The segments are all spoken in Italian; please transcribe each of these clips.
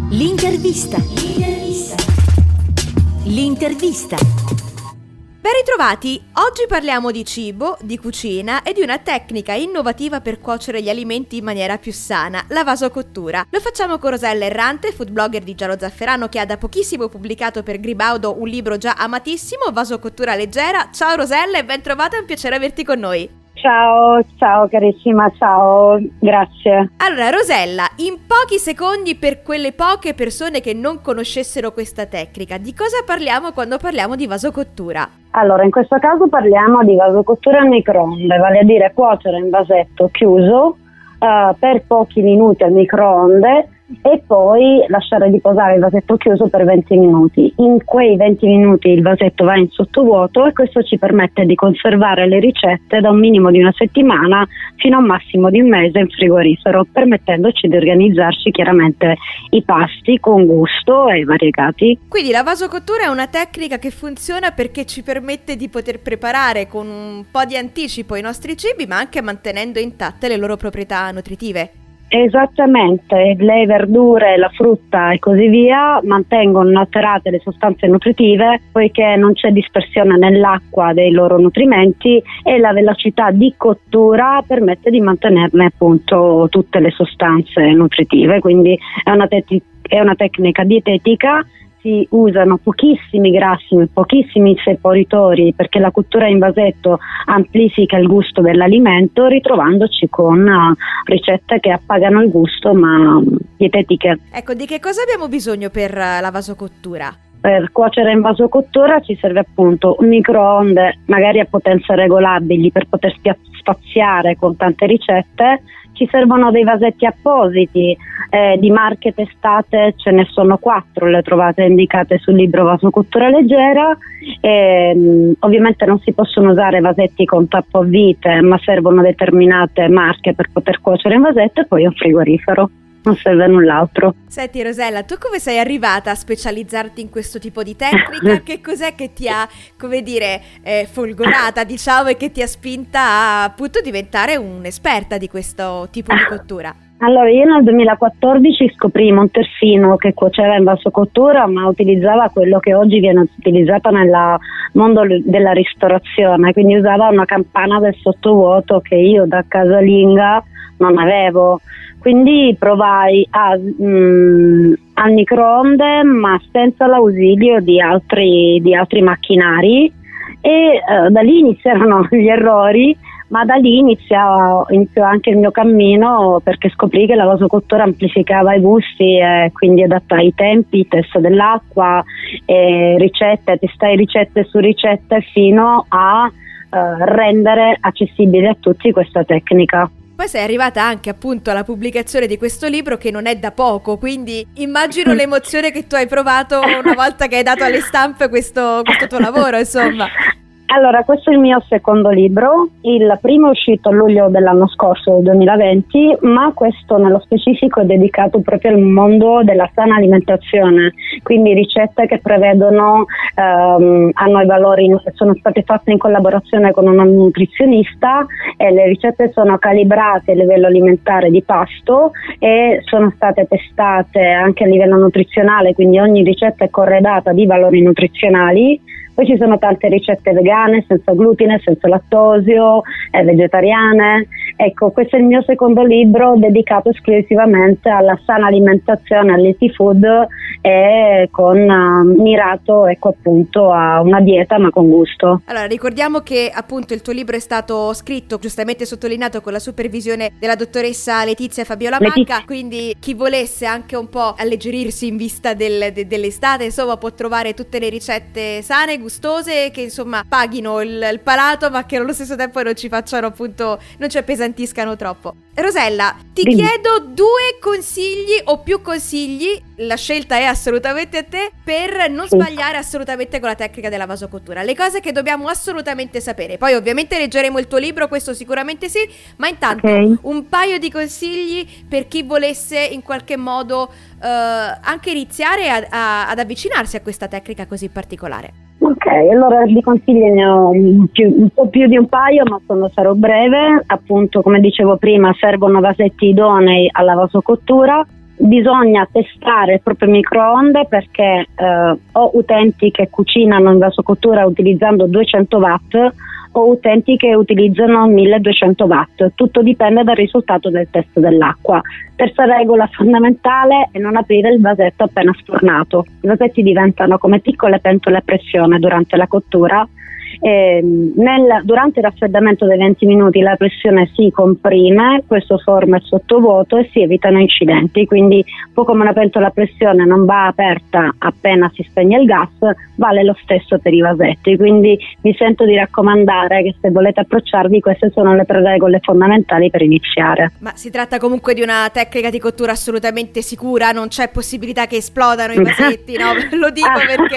L'intervista. Ben ritrovati, oggi parliamo di cibo, di cucina e di una tecnica innovativa per cuocere gli alimenti in maniera più sana, la vasocottura. Lo facciamo con Rosella Errante, food blogger di Giallo Zafferano, che ha da pochissimo pubblicato per Gribaudo un libro già amatissimo, Vasocottura leggera. Ciao Rosella e ben trovata, è un piacere averti con noi. Ciao carissima, ciao, grazie. Allora Rosella, in pochi secondi per quelle poche persone che non conoscessero questa tecnica, di cosa parliamo quando parliamo di vasocottura? Allora, in questo caso parliamo di vasocottura al microonde, vale a dire cuocere in vasetto chiuso per pochi minuti al microonde e poi lasciare riposare il vasetto chiuso per 20 minuti. In quei 20 minuti il vasetto va in sottovuoto e questo ci permette di conservare le ricette da un minimo di una settimana fino a un massimo di un mese in frigorifero, permettendoci di organizzarci chiaramente i pasti con gusto e variegati. Quindi la vasocottura è una tecnica che funziona perché ci permette di poter preparare con un po' di anticipo i nostri cibi, ma anche mantenendo intatte le loro proprietà nutritive. Esattamente, le verdure, la frutta e così via mantengono inalterate le sostanze nutritive poiché non c'è dispersione nell'acqua dei loro nutrimenti e la velocità di cottura permette di mantenerne appunto tutte le sostanze nutritive, quindi è una tecnica dietetica. Si usano pochissimi grassi, pochissimi saporitori perché la cottura in vasetto amplifica il gusto dell'alimento, ritrovandoci con ricette che appagano il gusto ma dietetiche. Ecco, di che cosa abbiamo bisogno per la vasocottura? Per cuocere in vasocottura ci serve appunto un microonde, magari a potenze regolabili per poter spaziare con tante ricette. Ci servono dei vasetti appositi, di marche testate ce ne sono 4, le trovate indicate sul libro Vasocottura leggera. Ovviamente non si possono usare vasetti con tappo a vite, ma servono determinate marche per poter cuocere in vasetto e poi un frigorifero. Non serve null'altro. Senti Rosella, tu come sei arrivata a specializzarti in questo tipo di tecnica? Che cos'è che ti ha, come dire, folgorata, diciamo, e che ti ha spinta a appunto diventare un'esperta di questo tipo di cottura? Allora, io nel 2014 scoprì Montersino che cuoceva in vasocottura, ma utilizzava quello che oggi viene utilizzato nel mondo della ristorazione, quindi usava una campana del sottovuoto che io da casalinga non avevo. Quindi provai al microonde ma senza l'ausilio di altri macchinari e da lì iniziarono gli errori, ma da lì iniziò anche il mio cammino perché scoprì che la vasocottura amplificava i gusti e quindi adattai i tempi, test dell'acqua, testai ricette su ricette fino a rendere accessibile a tutti questa tecnica. Poi sei arrivata anche appunto alla pubblicazione di questo libro che non è da poco, quindi immagino l'emozione che tu hai provato una volta che hai dato alle stampe questo tuo lavoro, insomma. Allora, questo è il mio secondo libro, il primo è uscito a luglio dell'anno scorso, del 2020, ma questo nello specifico è dedicato proprio al mondo della sana alimentazione, quindi ricette che prevedono, hanno i valori, sono state fatte in collaborazione con una nutrizionista e le ricette sono calibrate a livello alimentare di pasto e sono state testate anche a livello nutrizionale, quindi ogni ricetta è corredata di valori nutrizionali. Poi ci sono tante ricette vegane, senza glutine, senza lattosio, vegetariane. Ecco, questo è il mio secondo libro dedicato esclusivamente alla sana alimentazione, all'healthy food e mirato appunto a una dieta ma con gusto. Allora, ricordiamo che appunto il tuo libro è stato scritto, giustamente sottolineato, con la supervisione della dottoressa Letizia Fabiola Macca, quindi chi volesse anche un po' alleggerirsi in vista dell'estate, insomma, può trovare tutte le ricette sane, gustose, che insomma paghino il palato ma che allo stesso tempo non ci facciano appunto, non ci appesantiscano troppo. Rosella, ti chiedo 2 consigli o più consigli, la scelta è assolutamente a te, per non sbagliare assolutamente con la tecnica della vasocottura, le cose che dobbiamo assolutamente sapere. Poi ovviamente leggeremo il tuo libro, questo sicuramente sì, ma intanto un paio di consigli per chi volesse in qualche modo anche iniziare ad avvicinarsi a questa tecnica così particolare. Ok, allora di consigli ne ho un po' più di un paio, ma sarò breve. Appunto, come dicevo prima, servono vasetti idonei alla vasocottura. bisogna testare il proprio microonde, perché ho utenti che cucinano in vasocottura utilizzando 200 watt o utenti che utilizzano 1200 watt. Tutto dipende dal risultato del test dell'acqua. Terza regola fondamentale è non aprire il vasetto appena sfornato. I vasetti diventano come piccole pentole a pressione durante la cottura. Durante il raffreddamento dei 20 minuti la pressione si comprime, questo forma il sottovuoto e si evitano incidenti, quindi un po' come una pentola a pressione non va aperta appena si spegne il gas, vale lo stesso per i vasetti. Quindi mi sento di raccomandare che se volete approcciarvi, queste sono le 3 regole fondamentali per iniziare. Ma si tratta comunque di una tecnica di cottura assolutamente sicura, non c'è possibilità che esplodano i vasetti, no? Lo dico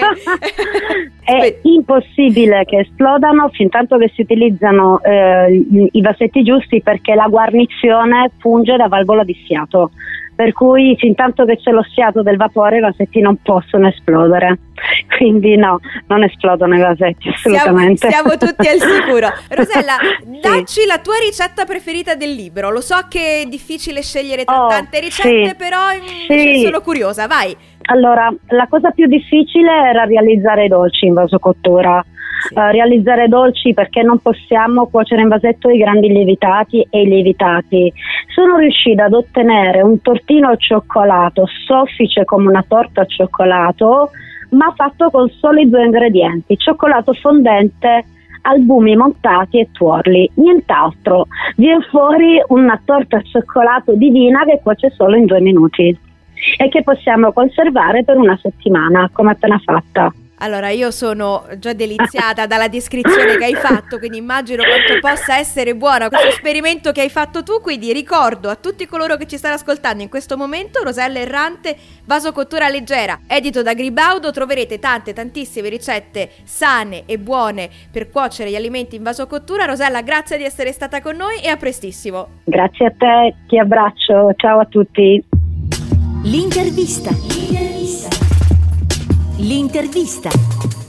perché è impossibile che esplodano fin tanto che si utilizzano i vasetti giusti, perché la guarnizione funge da valvola di sfiato, per cui fin tanto che c'è lo sfiato del vapore i vasetti non possono esplodere, quindi no, non esplodono i vasetti assolutamente. Siamo tutti al sicuro. Rosella, dacci la tua ricetta preferita del libro. Lo so che è difficile scegliere tra tante ricette, però sono curiosa, vai. Allora, la cosa più difficile era realizzare i dolci in vasocottura. Realizzare dolci, perché non possiamo cuocere in vasetto i grandi lievitati e i lievitati. Sono riuscita ad ottenere un tortino al cioccolato soffice come una torta al cioccolato, ma fatto con soli 2 ingredienti: cioccolato fondente, albumi montati e tuorli, nient'altro. Viene fuori una torta al cioccolato divina che cuoce solo in 2 minuti e che possiamo conservare per 1 settimana, come appena fatta. Allora, io sono già deliziata dalla descrizione che hai fatto, quindi immagino quanto possa essere buono questo esperimento che hai fatto tu. Quindi ricordo a tutti coloro che ci stanno ascoltando in questo momento: Rosella Errante, Vasocottura Leggera, edito da Gribaudo. Troverete tantissime ricette sane e buone per cuocere gli alimenti in vasocottura. Rosella, grazie di essere stata con noi e a prestissimo. Grazie a te, ti abbraccio, ciao a tutti. L'intervista.